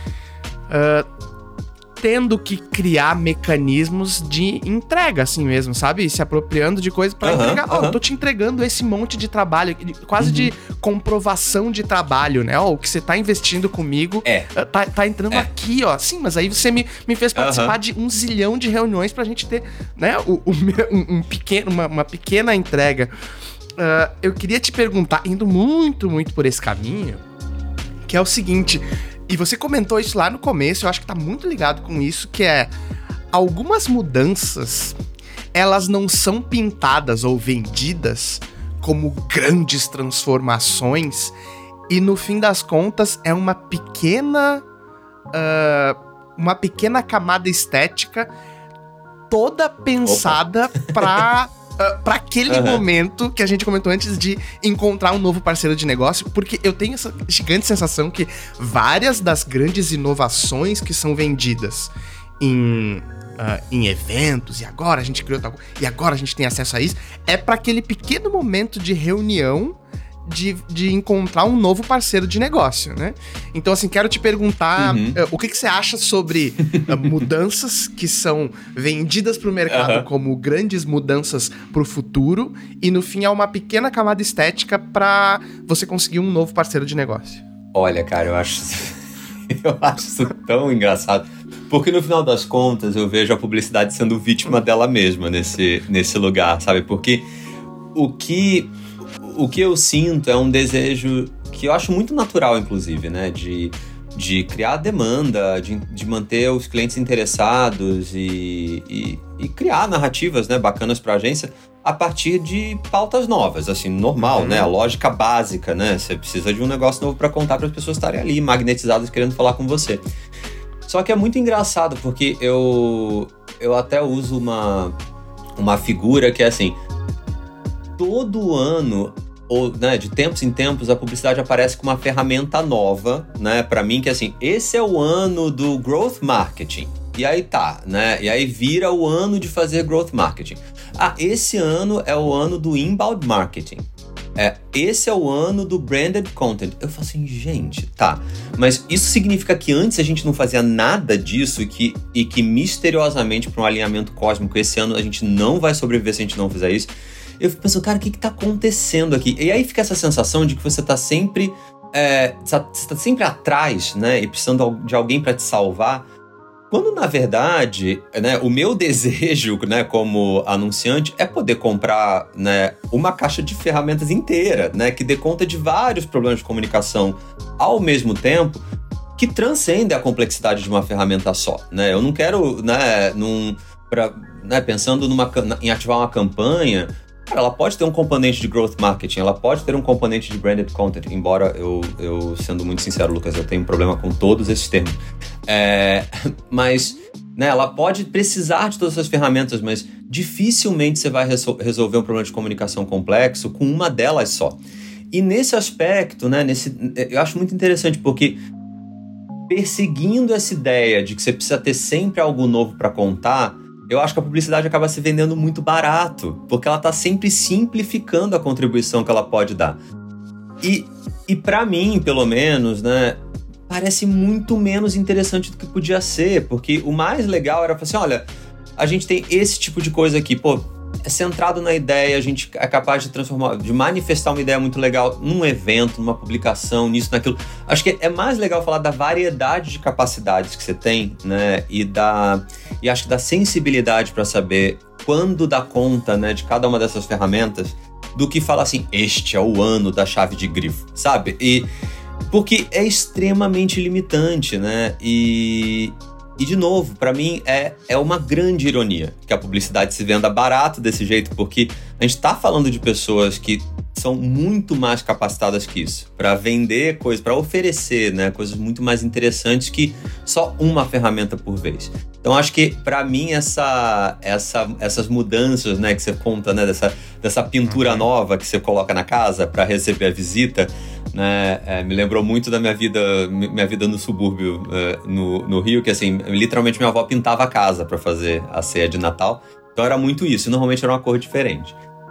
uh, tendo que criar mecanismos de entrega, assim mesmo, sabe? Se apropriando de coisas para uhum, entregar. Ó, uhum. oh, tô te entregando esse monte de trabalho, quase uhum. de comprovação de trabalho, né? Ó, oh, o que você tá investindo comigo é. tá, tá entrando é. aqui, ó. Sim, mas aí você me, me fez participar uhum. de um zilhão de reuniões pra gente ter, né? O, o, um, um pequeno, uma, uma pequena entrega. Uh, eu queria te perguntar, indo muito, muito por esse caminho, que é o seguinte... E você comentou isso lá no começo, eu acho que tá muito ligado com isso, que é... Algumas mudanças, elas não são pintadas ou vendidas como grandes transformações, e no fim das contas é uma pequena... Uh, uma pequena camada estética toda pensada Opa. pra... Uh, para aquele uhum. momento que a gente comentou antes de encontrar um novo parceiro de negócio, porque eu tenho essa gigante sensação que várias das grandes inovações que são vendidas em, uh, em eventos, e agora a gente criou tal coisa, e agora a gente tem acesso a isso, é para aquele pequeno momento de reunião De, de encontrar um novo parceiro de negócio, né? Então, assim, quero te perguntar uhum. uh, o que, que você acha sobre uh, mudanças que são vendidas para o mercado uhum. como grandes mudanças para o futuro e, no fim, é uma pequena camada estética para você conseguir um novo parceiro de negócio. Olha, cara, eu acho, eu acho isso tão engraçado. Porque, no final das contas, eu vejo a publicidade sendo vítima dela mesma nesse, nesse lugar, sabe? Porque o que... O que eu sinto é um desejo que eu acho muito natural, inclusive, né? De, de criar demanda, de, de manter os clientes interessados e, e, e criar narrativas, né, bacanas para a agência a partir de pautas novas, assim, normal, uhum. né? A lógica básica, né? Você precisa de um negócio novo para contar para as pessoas estarem ali, magnetizadas, querendo falar com você. Só que é muito engraçado, porque eu, eu até uso uma, uma figura que é assim... Todo ano, ou, né, de tempos em tempos, a publicidade aparece com uma ferramenta nova, né, para mim, que é assim, esse é o ano do growth marketing. E aí tá, né, e aí vira o ano de fazer growth marketing. Ah, esse ano é o ano do inbound marketing. É, esse é o ano do branded content. Eu falo assim, gente, tá, mas isso significa que antes a gente não fazia nada disso e que, e que misteriosamente, para um alinhamento cósmico, esse ano a gente não vai sobreviver se a gente não fizer isso. Eu fico pensando, cara, o que que tá acontecendo aqui? E aí fica essa sensação de que você tá sempre, é, você tá sempre atrás, né? E precisando de alguém para te salvar. Quando, na verdade, né, o meu desejo, né, como anunciante, é poder comprar, né, uma caixa de ferramentas inteira, né? Que dê conta de vários problemas de comunicação ao mesmo tempo, que transcende a complexidade de uma ferramenta só, né? Eu não quero, né, num, pra, né pensando numa, em ativar uma campanha... Cara, ela pode ter um componente de growth marketing, ela pode ter um componente de branded content, embora eu, eu sendo muito sincero, Lucas, eu tenho um problema com todos esses termos. É, mas, né, ela pode precisar de todas essas ferramentas, mas dificilmente você vai resol- resolver um problema de comunicação complexo com uma delas só. E nesse aspecto, né, nesse, eu acho muito interessante, porque perseguindo essa ideia de que você precisa ter sempre algo novo para contar, eu acho que a publicidade acaba se vendendo muito barato, porque ela está sempre simplificando a contribuição que ela pode dar. E, e para mim, pelo menos, né, parece muito menos interessante do que podia ser, porque o mais legal era falar assim, olha, a gente tem esse tipo de coisa aqui, pô, é centrado na ideia, a gente é capaz de transformar, de manifestar uma ideia muito legal num evento, numa publicação, nisso, naquilo. Acho que é mais legal falar da variedade de capacidades que você tem, né? E, da, e acho que da sensibilidade para saber quando dá conta, né, de cada uma dessas ferramentas, do que falar assim, este é o ano da chave de grifo, sabe? E porque é extremamente limitante, né? E... E, de novo, para mim é, é uma grande ironia que a publicidade se venda barato desse jeito, porque a gente tá falando de pessoas que são muito mais capacitadas que isso, para vender coisas, para oferecer, né, coisas muito mais interessantes que só uma ferramenta por vez. Então, acho que, para mim, essa, essa, essas mudanças, né, que você conta, né, dessa, dessa pintura uhum. nova que você coloca na casa para receber a visita, né, é, me lembrou muito da minha vida, minha vida no subúrbio, é, no, no Rio, que assim, literalmente minha avó pintava a casa para fazer a ceia de Natal. Então era muito isso, e normalmente era uma cor diferente.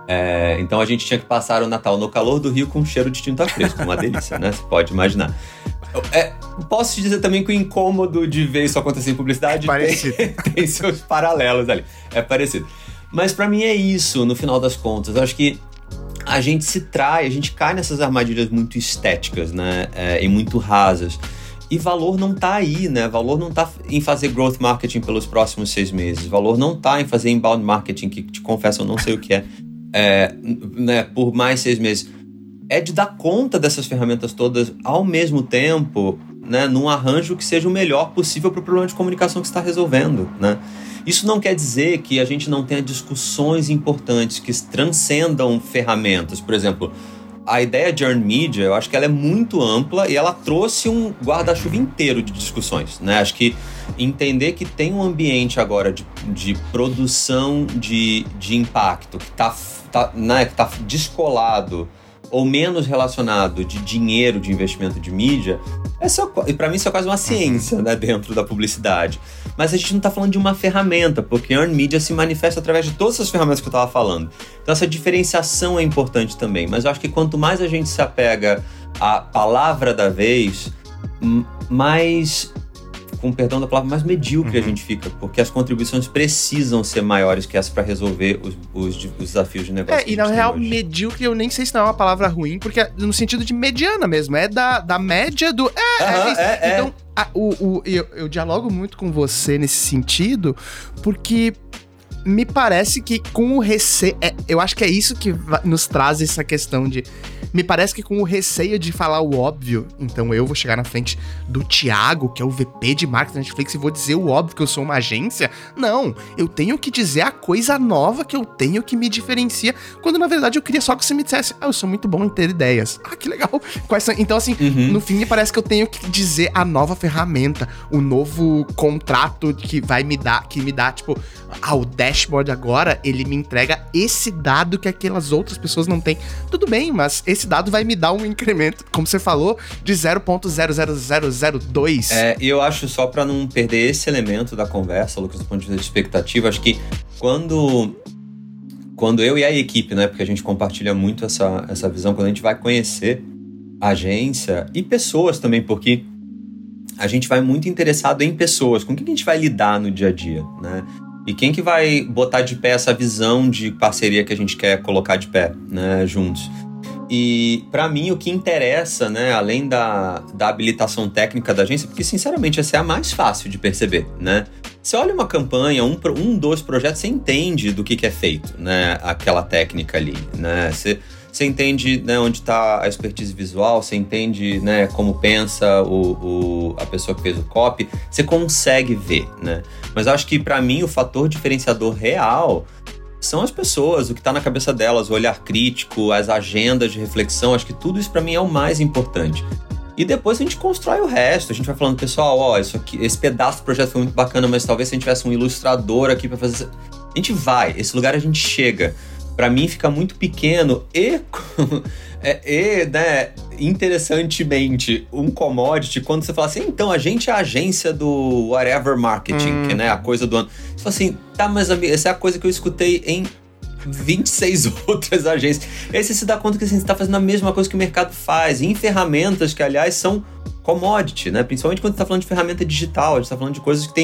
É, então a gente tinha que passar o Natal no calor do Rio com cheiro de tinta fresca, uma delícia, né? Você pode imaginar. É, posso te dizer também que o incômodo de ver isso acontecer em publicidade é tem, tem seus paralelos ali. É parecido. Mas pra mim é isso, no final das contas. Eu acho que a gente se trai, a gente cai nessas armadilhas muito estéticas, né? É, e muito rasas. E valor não tá aí, né? Valor não tá em fazer growth marketing pelos próximos seis meses. Valor não tá em fazer inbound marketing, que te confesso, eu não sei o que é, é né, por mais seis meses. É de dar conta dessas ferramentas todas ao mesmo tempo, né? Num arranjo que seja o melhor possível para o problema de comunicação que você está resolvendo, né? Isso não quer dizer que a gente não tenha discussões importantes que transcendam ferramentas. Por exemplo, a ideia de earned media, eu acho que ela é muito ampla e ela trouxe um guarda-chuva inteiro de discussões, né? Acho que entender que tem um ambiente agora de, de produção de, de impacto que está tá, né, que tá descolado ou menos relacionado de dinheiro, de investimento de mídia, é só, e para mim isso é quase uma ciência, né, dentro da publicidade. Mas a gente não está falando de uma ferramenta, porque earned media se manifesta através de todas essas ferramentas que eu estava falando. Então essa diferenciação é importante também, mas eu acho que quanto mais a gente se apega à palavra da vez, mais, com perdão da palavra, mais medíocre uhum. a gente fica, porque as contribuições precisam ser maiores que essas para resolver os, os, os desafios de negócio. É, e na real, hoje. Medíocre eu nem sei se não é uma palavra ruim, porque é no sentido de mediana mesmo, é da, da média do... É, uhum, é isso. É, então, é. A, o, o, eu, eu dialogo muito com você nesse sentido, porque me parece que com o receio... É, eu acho que é isso que nos traz essa questão de... Me parece que com o receio de falar o óbvio, então eu vou chegar na frente do Thiago, que é o V P de marketing da Netflix, e vou dizer o óbvio que eu sou uma agência. Não, eu tenho que dizer a coisa nova que eu tenho que me diferencia, quando na verdade eu queria só que você me dissesse, ah, eu sou muito bom em ter ideias. Ah, que legal. Quais são? Então assim, uhum. no fim me parece que eu tenho que dizer a nova ferramenta, o novo contrato que vai me dar, que me dá, tipo, ah, o dashboard agora, ele me entrega esse dado que aquelas outras pessoas não têm. Tudo bem, mas esse dado vai me dar um incremento, como você falou, de zero ponto zero zero zero zero dois. É, e eu acho, só para não perder esse elemento da conversa, Lucas, do ponto de vista de expectativa, acho que quando, quando eu e a equipe, né, porque a gente compartilha muito essa, essa visão, quando a gente vai conhecer a agência e pessoas também, porque a gente vai muito interessado em pessoas, com quem a gente vai lidar no dia a dia, né? E quem que vai botar de pé essa visão de parceria que a gente quer colocar de pé, né, juntos. E, para mim, o que interessa, né, além da, da habilitação técnica da agência, porque, sinceramente, essa é a mais fácil de perceber, né? Você olha uma campanha, um, um dois projetos, você entende do que, que é feito, né, aquela técnica ali, né? Você, você entende, né, onde está a expertise visual, você entende, né, como pensa o, o, a pessoa que fez o copy, você consegue ver, né? Mas eu acho que, para mim, o fator diferenciador real são as pessoas, o que está na cabeça delas, o olhar crítico, as agendas de reflexão. Acho que tudo isso para mim é o mais importante. E depois a gente constrói o resto. A gente vai falando, pessoal, ó, isso aqui, esse pedaço do projeto foi muito bacana, mas talvez se a gente tivesse um ilustrador aqui para fazer... A gente vai, esse lugar a gente chega. Para mim fica muito pequeno e, e né, interessantemente, um commodity, quando você fala assim, então, a gente é a agência do whatever marketing, hum. que né, a coisa do ano. Você fala assim, tá, mas essa é a coisa que eu escutei em vinte e seis outras agências. Aí você se dá conta que assim, você tá fazendo a mesma coisa que o mercado faz, em ferramentas que, aliás, são commodity, né? Principalmente quando você tá falando de ferramenta digital, a gente tá falando de coisas que tem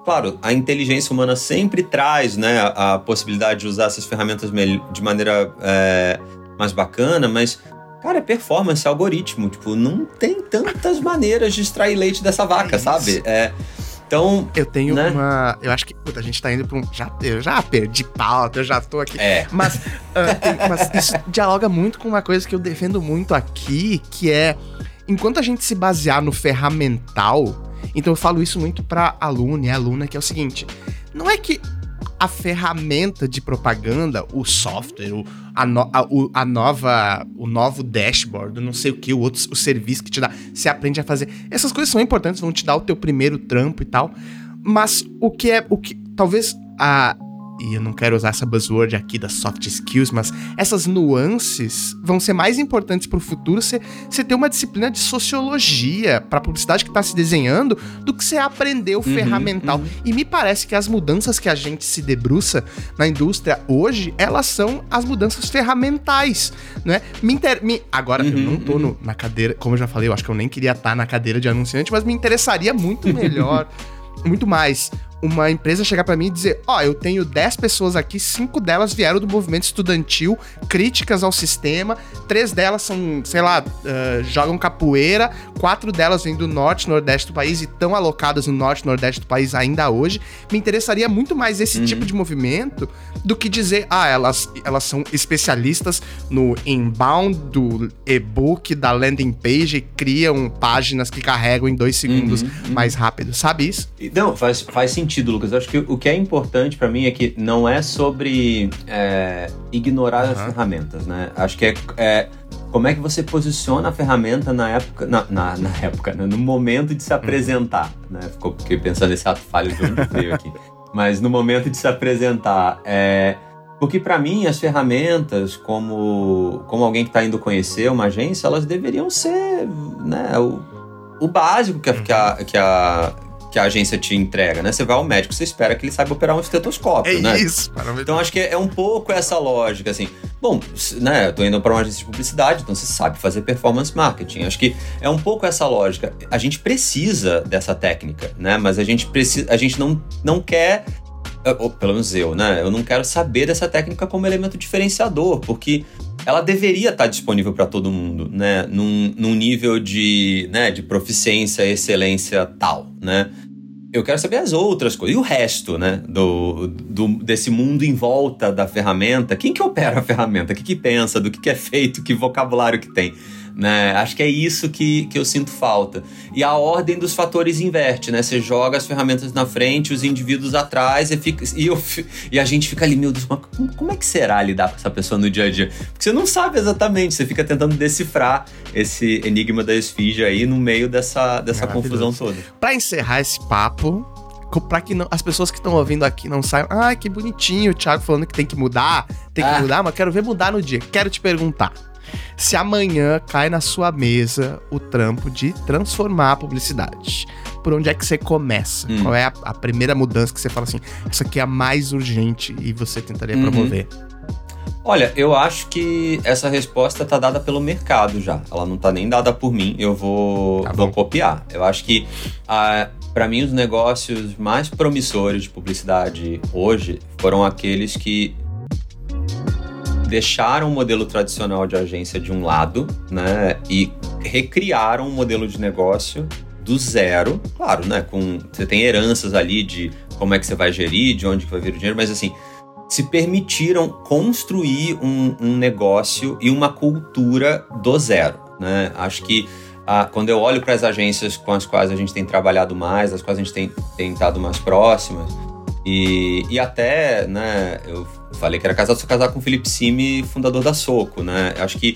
claro, a inteligência humana sempre traz, né, a, a possibilidade de usar essas ferramentas de maneira é, mais bacana, mas, cara, é performance, é algoritmo. Tipo, não tem tantas maneiras de extrair leite dessa vaca, é sabe? É, então, eu tenho né? uma... Eu acho que puta, a gente tá indo pra um... Já, eu já perdi pauta, eu já tô aqui. É. Mas, uh, tem, mas isso dialoga muito com uma coisa que eu defendo muito aqui, que é... Enquanto a gente se basear no ferramental... Então eu falo isso muito pra aluno e aluna, que é o seguinte... Não é que a ferramenta de propaganda, o software, o, a, no, a, o, a nova, o novo dashboard, não sei o que, o outro o serviço que te dá, você aprende a fazer. Essas coisas são importantes, vão te dar o teu primeiro trampo e tal. Mas o que é, o que talvez a... E eu não quero usar essa buzzword aqui das soft skills, mas essas nuances vão ser mais importantes pro futuro você, você ter uma disciplina de sociologia pra publicidade que tá se desenhando do que você aprender o uhum, ferramental. Uhum. E me parece que as mudanças que a gente se debruça na indústria hoje, elas são as mudanças ferramentais, não é? Me inter... me... Agora, uhum, eu não tô no, na cadeira, como eu já falei, eu acho que eu nem queria estar na cadeira de anunciante, mas me interessaria muito melhor, muito mais... uma empresa chegar pra mim e dizer, ó, oh, eu tenho dez pessoas aqui, cinco delas vieram do movimento estudantil, críticas ao sistema, três delas são, sei lá, uh, jogam capoeira, quatro delas vêm do norte, nordeste do país e estão alocadas no norte, nordeste do país ainda hoje. Me interessaria muito mais esse uhum. tipo de movimento do que dizer, ah, elas, elas são especialistas no inbound do e-book, da landing page e criam páginas que carregam em dois segundos uhum, uhum. mais rápido, sabe isso? Não, faz, faz sentido. Lucas, eu acho que o que é importante pra mim é que não é sobre é, ignorar uhum. as ferramentas, né? Acho que é, é como é que você posiciona a ferramenta na época, na, na, na época, né? No momento de se apresentar, né? Ficou fiquei pensando nesse ato falho de onde veio aqui. Mas no momento de se apresentar, é, porque pra mim as ferramentas, como, como alguém que tá indo conhecer uma agência, elas deveriam ser, né, o, o básico que a, que a, que a que a agência te entrega, né? Você vai ao médico, você espera que ele saiba operar um estetoscópio, é né? Isso, então acho que é, é um pouco essa lógica, assim. Bom, né, eu tô indo para uma agência de publicidade, então você sabe fazer performance marketing. Acho que é um pouco essa lógica. A gente precisa dessa técnica, né? Mas a gente precisa, a gente não, não quer, ou pelo menos eu, né? Eu não quero saber dessa técnica como elemento diferenciador, porque ela deveria estar disponível para todo mundo, né? Num, num nível de, né, de proficiência, excelência tal, né? Eu quero saber as outras coisas. E o resto, né? Do, do, desse mundo em volta da ferramenta. Quem que opera a ferramenta? O que que pensa? Do que que é feito? Que vocabulário que tem? Né? Acho que é isso que, que eu sinto falta. E a ordem dos fatores inverte, né? Você joga as ferramentas na frente, os indivíduos atrás e, fica, e, eu, e a gente fica ali, meu Deus, mas como é que será lidar com essa pessoa no dia a dia? Porque você não sabe exatamente, você fica tentando decifrar esse enigma da esfinge aí no meio dessa, dessa confusão toda. Pra encerrar esse papo, pra que não, as pessoas que estão ouvindo aqui não saiam, ah, que bonitinho o Thiago falando que tem que mudar, tem que ah. mudar, mas quero ver mudar no dia. Quero te perguntar, se amanhã cai na sua mesa o trampo de transformar a publicidade, por onde é que você começa? Hum. Qual é a, a primeira mudança que você fala assim, essa aqui é a mais urgente e você tentaria uhum. promover? Olha, eu acho que essa resposta tá dada pelo mercado já. Ela não tá nem dada por mim, eu vou, tá vou copiar. Eu acho que, ah, para mim, os negócios mais promissores de publicidade hoje foram aqueles que deixaram o modelo tradicional de agência de um lado, né, e recriaram um modelo de negócio do zero. Claro, né, com, você tem heranças ali de como é que você vai gerir, de onde que vai vir o dinheiro, mas assim, se permitiram construir um, um negócio e uma cultura do zero, né? Acho que ah, quando eu olho para as agências com as quais a gente tem trabalhado mais, as quais a gente tem, tem estado mais próximas, e, e até, né, eu falei que era casado, sou casado com o Felipe Simi, fundador da Soco, né? Acho que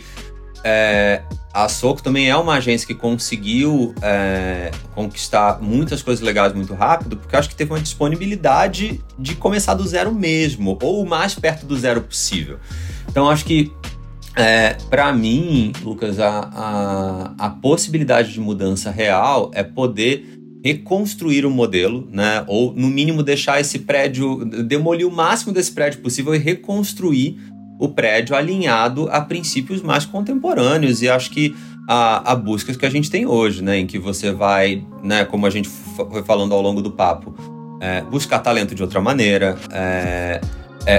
é, a Soco também é uma agência que conseguiu é, conquistar muitas coisas legais muito rápido, porque eu acho que teve uma disponibilidade de começar do zero mesmo, ou o mais perto do zero possível. Então, acho que, é, para mim, Lucas, a, a, a possibilidade de mudança real é poder reconstruir o modelo, né? Ou, no mínimo, deixar esse prédio, demolir o máximo desse prédio possível e reconstruir o prédio alinhado a princípios mais contemporâneos, e acho que a, a busca que a gente tem hoje, né, em que você vai, né, como a gente foi falando ao longo do papo, é, buscar talento de outra maneira, é, é,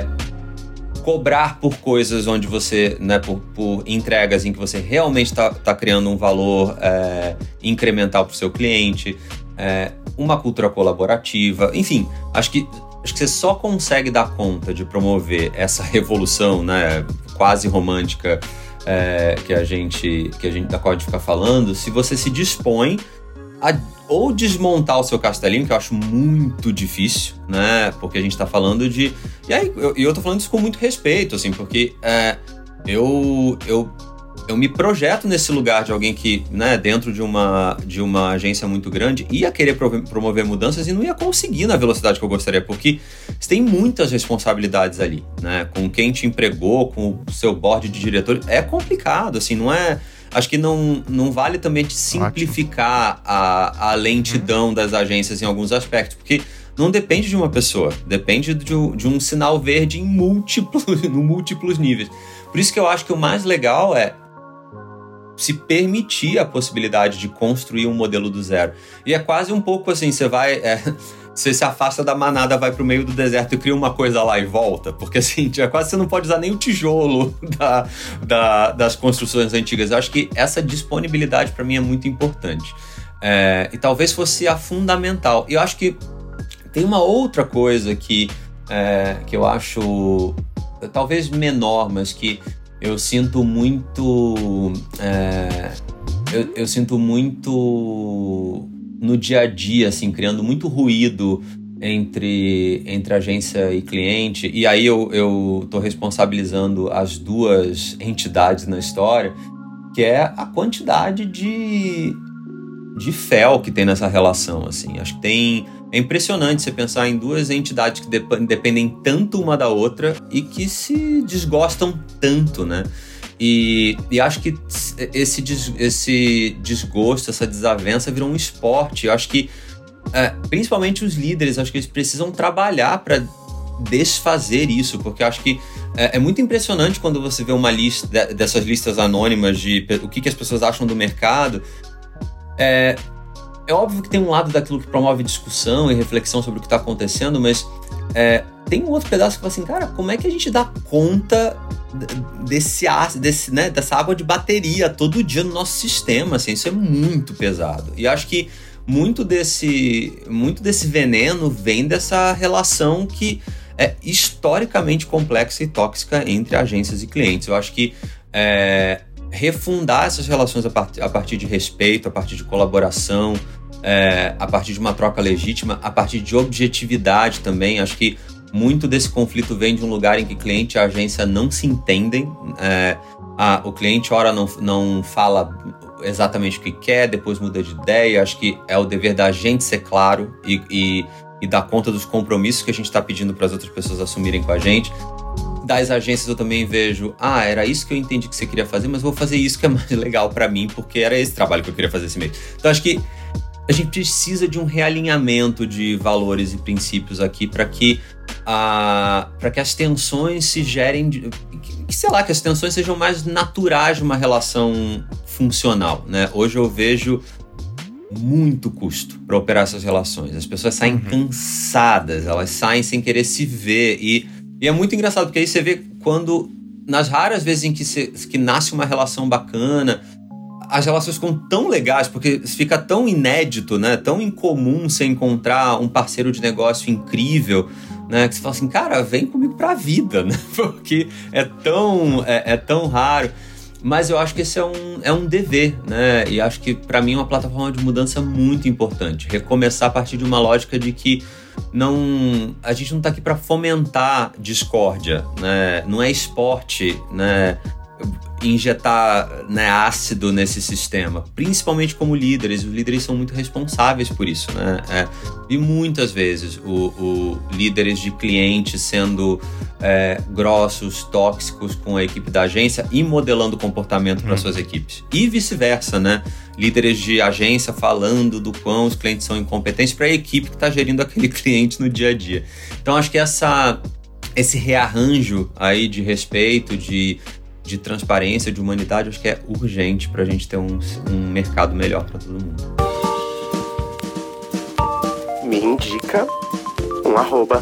cobrar por coisas onde você, né, por, por entregas em que você realmente está tá criando um valor é, incremental para o seu cliente, é, uma cultura colaborativa, enfim, acho que, acho que você só consegue dar conta de promover essa revolução, né, quase romântica é, que a gente, que a gente, da qual a gente fica falando, se você se dispõe a ou desmontar o seu castelinho, que eu acho muito difícil, né? Porque a gente tá falando de... E aí, eu, eu tô falando isso com muito respeito, assim, porque é, eu, eu, eu me projeto nesse lugar de alguém que, né, dentro de uma, de uma agência muito grande, ia querer promover mudanças e não ia conseguir na velocidade que eu gostaria, porque você tem muitas responsabilidades ali, né? Com quem te empregou, com o seu board de diretores, é complicado, assim, não é... Acho que não, não vale também te simplificar a, a lentidão hum. das agências em alguns aspectos, porque não depende de uma pessoa, depende de, de um sinal verde em múltiplos, no múltiplos níveis. Por isso que eu acho que o mais legal é se permitir a possibilidade de construir um modelo do zero. E é quase um pouco assim, você vai... É, você se afasta da manada, vai pro meio do deserto e cria uma coisa lá e volta. Porque assim, é quase você não pode usar nem o tijolo da, da, das construções antigas. Eu acho que essa disponibilidade para mim é muito importante. É, e talvez fosse a fundamental. E eu acho que tem uma outra coisa que, é, que eu acho talvez menor, mas que eu sinto muito... É, eu, eu sinto muito... no dia a dia, assim, criando muito ruído entre, entre agência e cliente. E aí eu, eu tô responsabilizando as duas entidades na história, que é a quantidade de, de fel que tem nessa relação, assim. Acho que tem... É impressionante você pensar em duas entidades que dep- dependem tanto uma da outra e que se desgostam tanto, né? E, e acho que esse, des, esse desgosto, essa desavença virou um esporte. Eu acho que, é, principalmente os líderes, acho que eles precisam trabalhar para desfazer isso, porque eu acho que é, é muito impressionante quando você vê uma lista de, dessas listas anônimas de o que, que as pessoas acham do mercado. É, é óbvio que tem um lado daquilo que promove discussão e reflexão sobre o que está acontecendo, mas é, tem um outro pedaço que fala assim, cara, como é que a gente dá conta desse, desse, né, dessa água de bateria todo dia no nosso sistema, assim, isso é muito pesado. E acho que muito desse, muito desse veneno vem dessa relação que é historicamente complexa e tóxica entre agências e clientes. Eu acho que é, refundar essas relações a, part, a partir de respeito, a partir de colaboração, é, a partir de uma troca legítima, a partir de objetividade também, acho que muito desse conflito vem de um lugar em que cliente e agência não se entendem. É, a, o cliente, ora, não, não fala exatamente o que quer, depois muda de ideia. Acho que é o dever da gente ser claro e, e, e dar conta dos compromissos que a gente está pedindo para as outras pessoas assumirem com a gente. Das agências eu também vejo, ah, era isso que eu entendi que você queria fazer, mas vou fazer isso que é mais legal para mim, porque era esse trabalho que eu queria fazer esse mês. Então acho que a gente precisa de um realinhamento de valores e princípios aqui para que, a, para que as tensões se gerem, de, que, sei lá, que as tensões sejam mais naturais de uma relação funcional, né? Hoje eu vejo muito custo para operar essas relações. As pessoas saem uhum. cansadas, elas saem sem querer se ver. E, e é muito engraçado, porque aí você vê quando, nas raras vezes em que, se, que nasce uma relação bacana, as relações ficam tão legais, porque fica tão inédito, né? Tão incomum você encontrar um parceiro de negócio incrível, né? Que você fala assim, cara, vem comigo pra vida, né? Porque é tão, é, é tão raro. Mas eu acho que esse é um, é um dever, né? E acho que pra mim é uma plataforma de mudança muito importante. Recomeçar a partir de uma lógica de que não, a gente não tá aqui pra fomentar discórdia, né? Não é esporte, né? Injetar, né, ácido nesse sistema, principalmente como líderes. Os líderes são muito responsáveis por isso, né? É, e muitas vezes o, o líderes de clientes sendo é, grossos, tóxicos com a equipe da agência e modelando comportamento para hum. suas equipes. E vice-versa, né? Líderes de agência falando do quão os clientes são incompetentes para a equipe que está gerindo aquele cliente no dia a dia. Então acho que essa, esse rearranjo aí de respeito, de de transparência, de humanidade, acho que é urgente para a gente ter um, um mercado melhor para todo mundo. Me indica um arroba.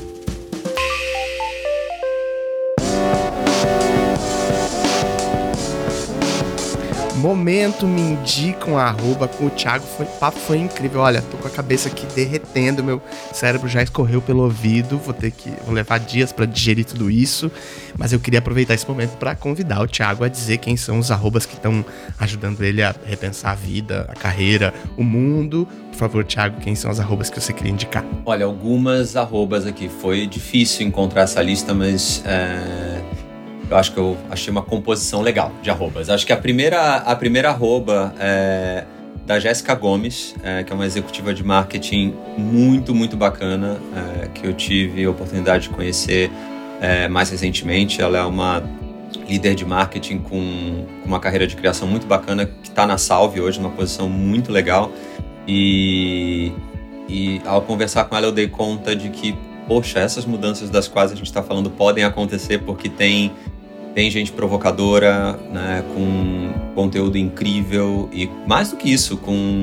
Momento me indica um arroba com o Thiago, foi, o papo foi incrível. Olha, tô com a cabeça aqui derretendo, meu cérebro já escorreu pelo ouvido, vou ter que, vou levar dias pra digerir tudo isso, mas eu queria aproveitar esse momento pra convidar o Thiago a dizer quem são os arrobas que estão ajudando ele a repensar a vida, a carreira, o mundo. Por favor, Thiago, quem são as arrobas que você queria indicar? Olha, algumas arrobas aqui, foi difícil encontrar essa lista, mas... É... eu acho que eu achei uma composição legal de arrobas. Acho que a primeira, a primeira arroba é da Jéssica Gomes, é, que é uma executiva de marketing muito, muito bacana, é, que eu tive a oportunidade de conhecer é, mais recentemente. Ela é uma líder de marketing com, com uma carreira de criação muito bacana, que está na Salve hoje, numa posição muito legal. E, e ao conversar com ela, eu dei conta de que, poxa, essas mudanças das quais a gente está falando podem acontecer porque tem... Tem gente provocadora, né, com conteúdo incrível e, mais do que isso, com,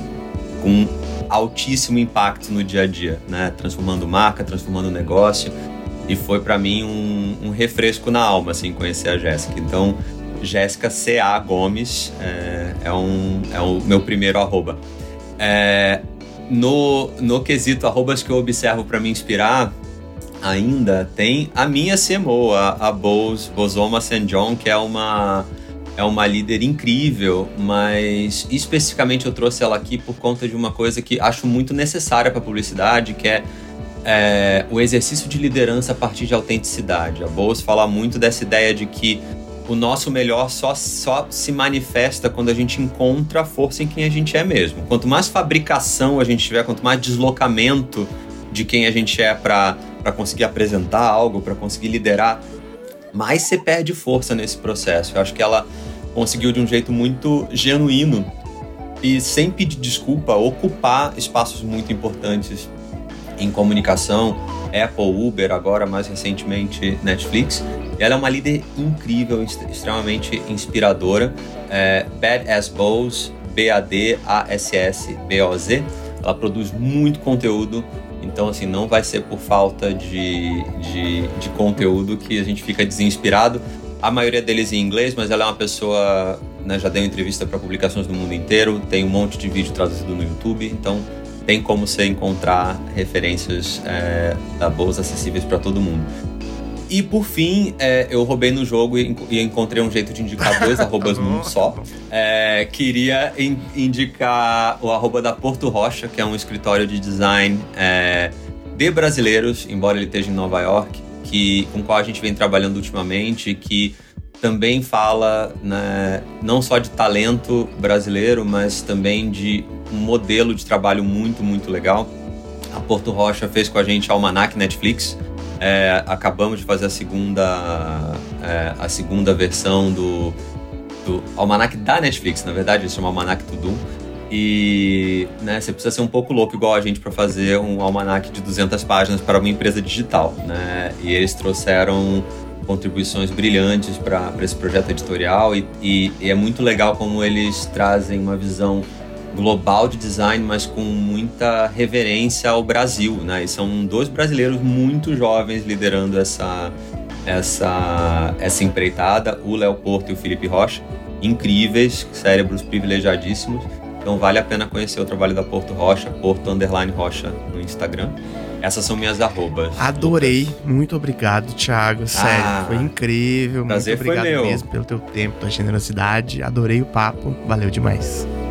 com altíssimo impacto no dia a dia, né, transformando marca, transformando negócio. E foi, para mim, um, um refresco na alma, assim, conhecer a Jéssica. Então, Jéssica C A Gomes é, é, um, é o meu primeiro arroba. É, no, no quesito arrobas que eu observo para me inspirar, ainda tem a minha C M O, a, a Bose, Bozoma Saint John, que é uma, é uma líder incrível, mas especificamente eu trouxe ela aqui por conta de uma coisa que acho muito necessária para a publicidade, que é, é o exercício de liderança a partir de autenticidade. A Bose fala muito dessa ideia de que o nosso melhor só, só se manifesta quando a gente encontra a força em quem a gente é mesmo. Quanto mais fabricação a gente tiver, quanto mais deslocamento de quem a gente é para para conseguir apresentar algo, para conseguir liderar, mais você perde força nesse processo. Eu acho que ela conseguiu, de um jeito muito genuíno e sem pedir desculpa, ocupar espaços muito importantes em comunicação, Apple, Uber, agora mais recentemente Netflix. E ela é uma líder incrível, extremamente inspiradora. É Bad As Bose, B A D A S S B O Z. Ela produz muito conteúdo. Então, assim, não vai ser por falta de, de, de conteúdo que a gente fica desinspirado. A maioria deles em inglês, mas ela é uma pessoa, né, já deu entrevista para publicações do mundo inteiro, tem um monte de vídeo traduzido no YouTube, então tem como você encontrar referências é, da Bose acessíveis para todo mundo. E, por fim, é, eu roubei no jogo e, e encontrei um jeito de indicar dois arrobas num só. É, queria in, indicar o arroba da Porto Rocha, que é um escritório de design é, de brasileiros, embora ele esteja em Nova York, que, com o qual a gente vem trabalhando ultimamente, que também fala, né, não só de talento brasileiro, mas também de um modelo de trabalho muito, muito legal. A Porto Rocha fez com a gente Almanac Netflix. É, acabamos de fazer a segunda, é, a segunda versão do, do Almanac da Netflix, na verdade, eles chamam Almanac To Do. E, né, você precisa ser um pouco louco igual a gente para fazer um almanac de duzentas páginas para uma empresa digital, né? E eles trouxeram contribuições brilhantes para esse projeto editorial e, e, e é muito legal como eles trazem uma visão global de design, mas com muita reverência ao Brasil, né? E são dois brasileiros muito jovens liderando essa, essa, essa empreitada, o Léo Porto e o Felipe Rocha, incríveis, cérebros privilegiadíssimos. Então vale a pena conhecer o trabalho da Porto Rocha, Porto Underline Rocha no Instagram. Essas são minhas arrobas. Adorei, Lucas. Muito obrigado, Thiago, sério, ah, foi incrível. Prazer muito obrigado foi meu. mesmo pelo teu tempo, tua generosidade. Adorei o papo, valeu demais.